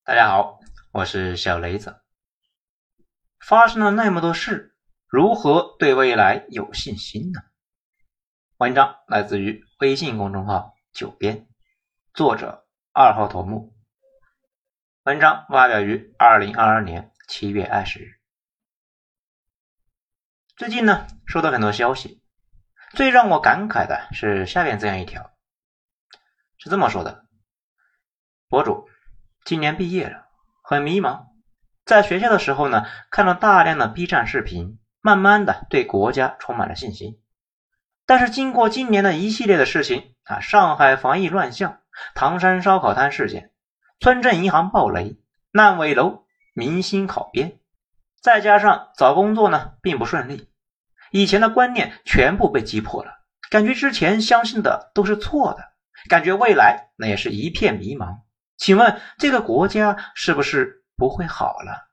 大家好，我是小雷子。发生了那么多事，如何对未来有信心呢？文章来自于微信公众号九编，作者2号头目。文章发表于2022年7月20日。最近呢，收到很多消息，最让我感慨的是下面这样一条，是这么说的：博主今年毕业了，很迷茫。在学校的时候呢，看了大量的 B 站视频，慢慢的对国家充满了信心。但是经过今年的一系列的事情上海防疫乱象、唐山烧烤摊事件、村镇银行暴雷、烂尾楼、明星考编，再加上找工作呢并不顺利，以前的观念全部被击破了，感觉之前相信的都是错的，感觉未来那也是一片迷茫。请问这个国家是不是不会好了？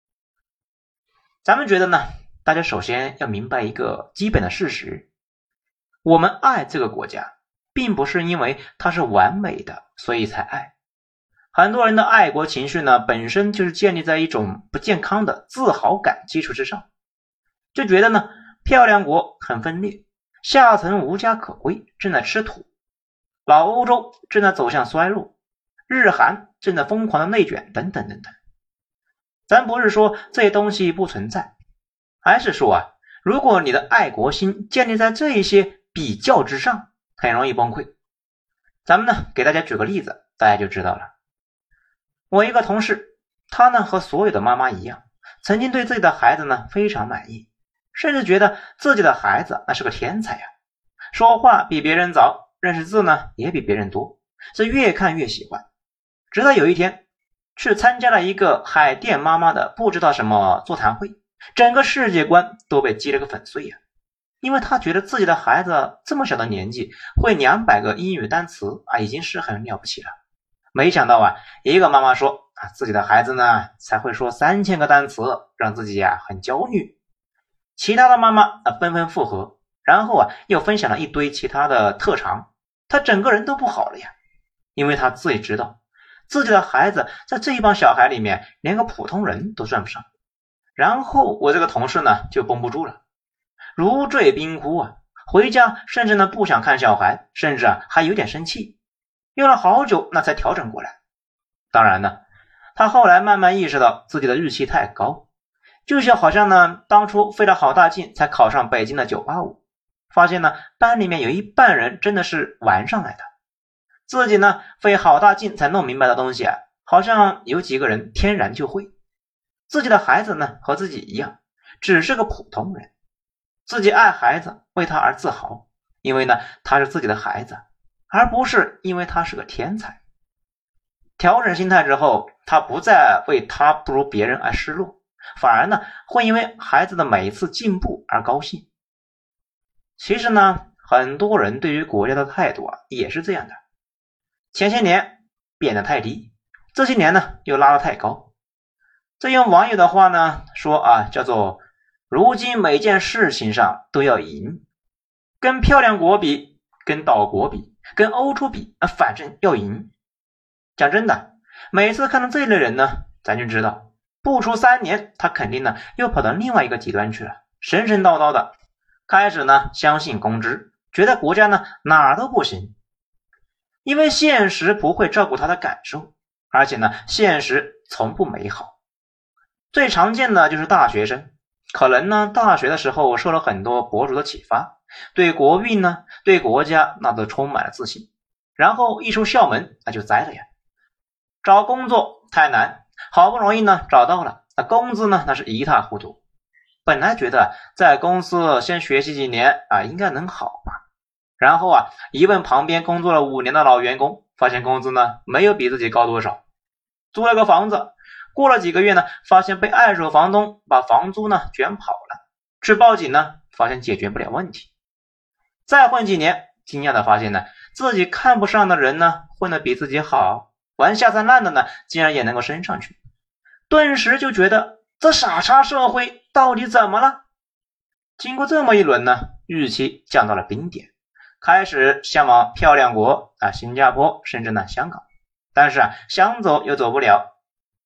咱们觉得呢，大家首先要明白一个基本的事实，我们爱这个国家，并不是因为它是完美的所以才爱。很多人的爱国情绪呢，本身就是建立在一种不健康的自豪感基础之上，就觉得呢，漂亮国很分裂，下层无家可归，正在吃土，老欧洲正在走向衰落，日韩正在疯狂的内卷等等等等。咱不是说这些东西不存在，还是说如果你的爱国心建立在这一些比较之上，很容易崩溃。咱们呢给大家举个例子，大家就知道了。我一个同事，他呢和所有的妈妈一样，曾经对自己的孩子呢非常满意，甚至觉得自己的孩子那是个天才说话比别人早，认识字呢也比别人多，是越看越喜欢。直到有一天去参加了一个海淀妈妈的不知道什么座谈会，整个世界观都被击了个粉碎因为他觉得自己的孩子这么小的年纪会200个英语单词已经是很了不起了。没想到一个妈妈说自己的孩子呢才会说3000个单词，让自己很焦虑。其他的妈妈纷纷附和，然后又分享了一堆其他的特长，他整个人都不好了因为他自己知道自己的孩子在这一帮小孩里面连个普通人都算不上。然后我这个同事呢就绷不住了，如坠冰窟回家甚至呢不想看小孩，甚至还有点生气，用了好久那才调整过来。当然呢，他后来慢慢意识到自己的预期太高，就像好像呢当初费了好大劲才考上北京的985，发现呢班里面有一半人真的是玩上来的，自己呢费好大劲才弄明白的东西好像有几个人天然就会。自己的孩子呢和自己一样，只是个普通人，自己爱孩子，为他而自豪，因为呢他是自己的孩子，而不是因为他是个天才。调整心态之后，他不再为他不如别人而失落，反而呢会因为孩子的每一次进步而高兴。其实呢，很多人对于国家的态度也是这样的，前些年贬得太低，这些年呢又拉得太高。这用网友的话呢说叫做如今每件事情上都要赢，跟漂亮国比，跟岛国比，跟欧洲比反正要赢。讲真的，每次看到这类人呢，咱就知道不出3年他肯定呢又跑到另外一个极端去了，神神叨叨的开始呢相信公知，觉得国家呢哪都不行。因为现实不会照顾他的感受，而且呢现实从不美好。最常见的就是大学生，可能呢大学的时候受了很多博主的启发，对国运呢对国家那都充满了自信，然后一出校门那就栽了找工作太难，好不容易呢找到了，工资呢那是一塌糊涂。本来觉得在公司先学习几年应该能好吧，然后一问旁边工作了5年的老员工，发现工资呢没有比自己高多少。租了个房子，过了几个月呢，发现被二手房东把房租呢卷跑了，去报警呢，发现解决不了问题。再混几年，惊讶的发现呢，自己看不上的人呢混得比自己好，玩下三滥的呢竟然也能够升上去，顿时就觉得这傻叉社会到底怎么了？经过这么一轮呢，预期降到了冰点，开始向往漂亮国新加坡甚至呢香港，但是想走又走不了，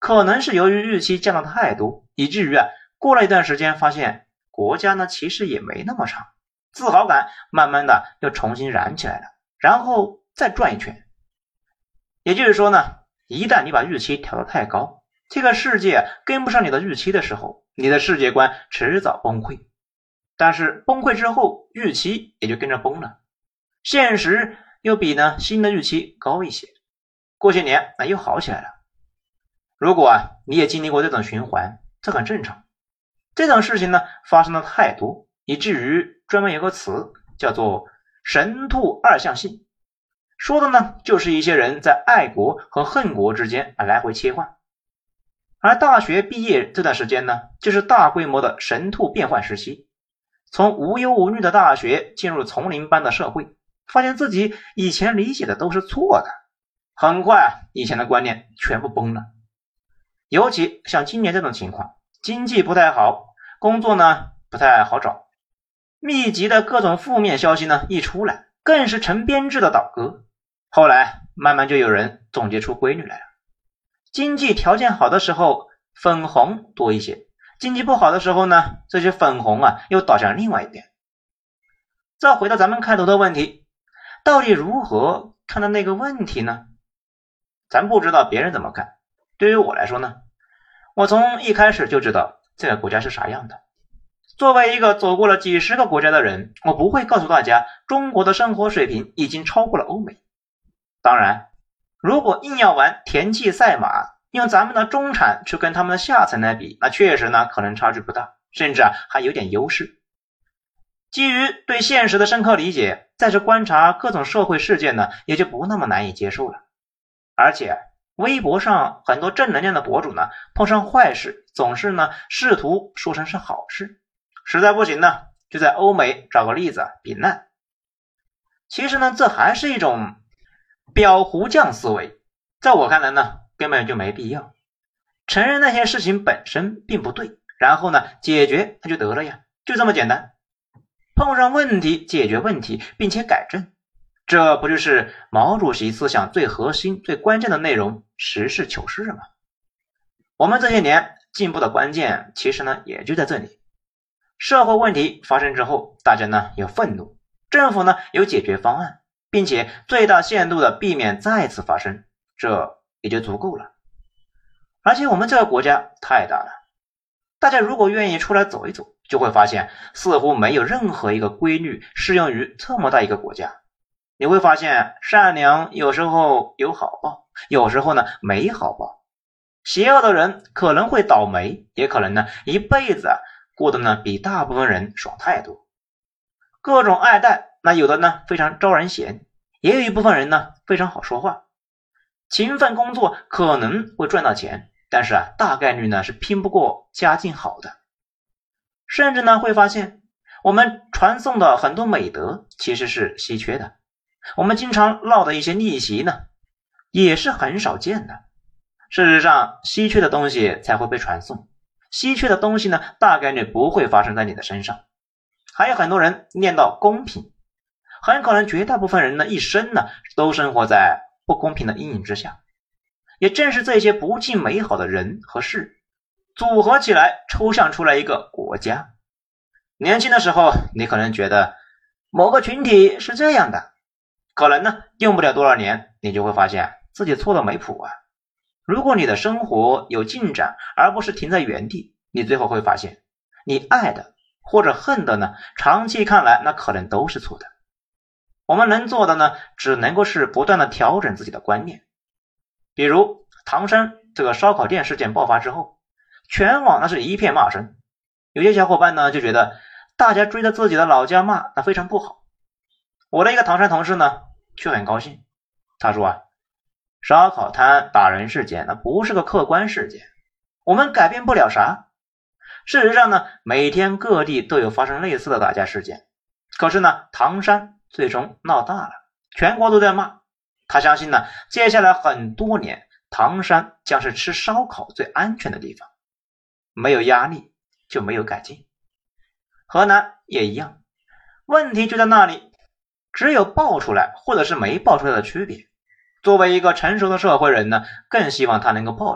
可能是由于预期降得太多，以至于过了一段时间发现国家呢其实也没那么差，自豪感慢慢的又重新燃起来了，然后再转一圈。也就是说呢，一旦你把预期调得太高，这个世界跟不上你的预期的时候，你的世界观迟早崩溃。但是崩溃之后，预期也就跟着崩了，现实又比呢新的预期高一些，过些年又好起来了。如果你也经历过这种循环，这很正常。这种事情呢发生的太多，以至于专门有个词叫做神兔二象性，说的呢就是一些人在爱国和恨国之间来回切换。而大学毕业这段时间呢，就是大规模的神兔变换时期，从无忧无虑的大学进入丛林般的社会，发现自己以前理解的都是错的，很快以前的观念全部崩了。尤其像今年这种情况，经济不太好，工作呢不太好找，密集的各种负面消息呢一出来，更是成编制的倒戈。后来慢慢就有人总结出规律来了，经济条件好的时候粉红多一些，经济不好的时候呢，这些粉红又倒向另外一边。再回到咱们开头的问题，到底如何看待那个问题呢？咱不知道别人怎么看，对于我来说呢，我从一开始就知道这个国家是啥样的。作为一个走过了几十个国家的人，我不会告诉大家中国的生活水平已经超过了欧美。当然，如果硬要玩田忌赛马，用咱们的中产去跟他们的下层来比，那确实呢可能差距不大，甚至还有点优势。基于对现实的深刻理解，再去观察各种社会事件呢，也就不那么难以接受了。而且微博上很多正能量的博主呢，碰上坏事总是呢试图说成是好事，实在不行呢就在欧美找个例子比烂。其实呢这还是一种裱糊匠思维，在我看来呢根本就没必要。承认那些事情本身并不对，然后呢解决它就得了呀，就这么简单。碰上问题解决问题并且改正，这不就是毛主席思想最核心最关键的内容，实事求是吗？我们这些年进步的关键其实呢也就在这里。社会问题发生之后，大家呢有愤怒，政府呢有解决方案，并且最大限度的避免再次发生，这也就足够了。而且我们这个国家太大了，大家如果愿意出来走一走，就会发现似乎没有任何一个规律适用于这么大一个国家。你会发现善良有时候有好报，有时候呢没好报。邪恶的人可能会倒霉，也可能呢一辈子过得呢比大部分人爽太多。各种爱戴，那有的呢非常招人嫌，也有一部分人呢非常好说话。勤奋工作可能会赚到钱，但是大概率呢是拼不过家境好的。甚至呢会发现我们传颂的很多美德其实是稀缺的，我们经常落的一些逆袭呢也是很少见的。事实上稀缺的东西才会被传颂，稀缺的东西呢大概率不会发生在你的身上。还有很多人念到公平，很可能绝大部分人呢一生呢都生活在不公平的阴影之下。也正是这些不尽美好的人和事组合起来，抽象出来一个国家。年轻的时候你可能觉得某个群体是这样的，可能呢用不了多少年，你就会发现自己错得没谱啊。如果你的生活有进展，而不是停在原地，你最后会发现你爱的或者恨的呢，长期看来那可能都是错的。我们能做的呢，只能够是不断的调整自己的观念。比如唐山这个烧烤店事件爆发之后，全网那是一片骂声。有些小伙伴呢就觉得大家追着自己的老家骂，那非常不好。我的一个唐山同事呢却很高兴，他说烧烤摊打人事件那不是个客观事件，我们改变不了啥。事实上呢，每天各地都有发生类似的打架事件，可是呢唐山最终闹大了，全国都在骂。他相信呢接下来很多年唐山将是吃烧烤最安全的地方。没有压力就没有改进。河南也一样，问题就在那里，只有爆出来或者是没爆出来的区别。作为一个成熟的社会人呢，更希望他能够爆出来，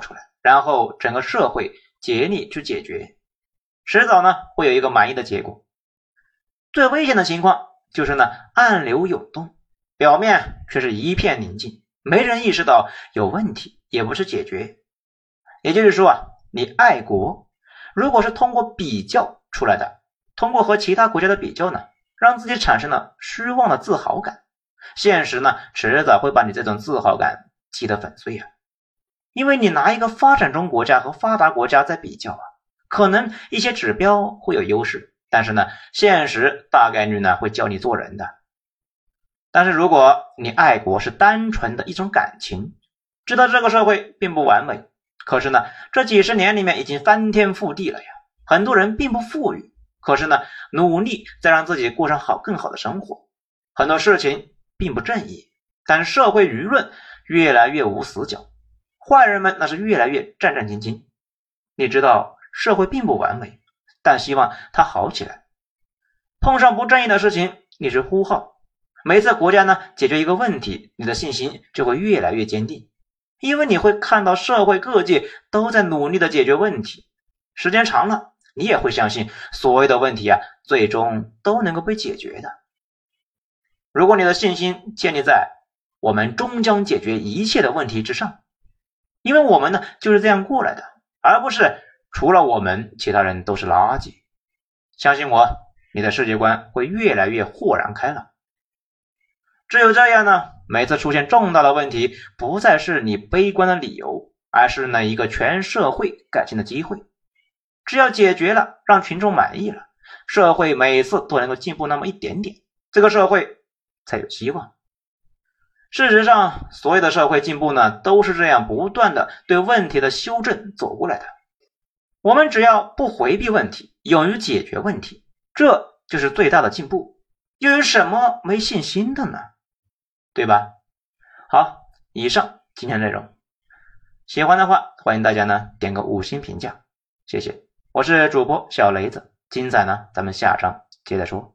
然后整个社会竭力去解决，迟早呢会有一个满意的结果。最危险的情况就是呢暗流涌动，表面却是一片宁静，没人意识到有问题，也不是解决。也就是说啊，你爱国如果是通过比较出来的，通过和其他国家的比较呢，让自己产生了虚妄的自豪感，现实呢迟早会把你这种自豪感击得粉碎啊。因为你拿一个发展中国家和发达国家在比较啊，可能一些指标会有优势，但是呢现实大概率呢会教你做人的。但是如果你爱国是单纯的一种感情，知道这个社会并不完美，可是呢这几十年里面已经翻天覆地了呀，很多人并不富裕，可是呢努力在让自己过上更好的生活，很多事情并不正义，但是社会舆论越来越无死角，坏人们那是越来越战战兢兢。你知道社会并不完美，但希望它好起来。碰上不正义的事情你是呼号，每次国家呢解决一个问题，你的信心就会越来越坚定，因为你会看到社会各界都在努力的解决问题，时间长了你也会相信所有的问题啊最终都能够被解决的。如果你的信心建立在我们终将解决一切的问题之上，因为我们呢就是这样过来的，而不是除了我们其他人都是垃圾。相信我，你的世界观会越来越豁然开朗。只有这样呢，每次出现重大的问题不再是你悲观的理由，而是呢一个全社会改进的机会。只要解决了，让群众满意了，社会每次都能够进步那么一点点，这个社会才有希望。事实上，所有的社会进步呢，都是这样不断的对问题的修正走过来的。我们只要不回避问题，勇于解决问题，这就是最大的进步。又有什么没信心的呢？对吧？好，以上今天内容，喜欢的话欢迎大家呢点个5星评价，谢谢。我是主播小雷子，精彩呢咱们下章接着说。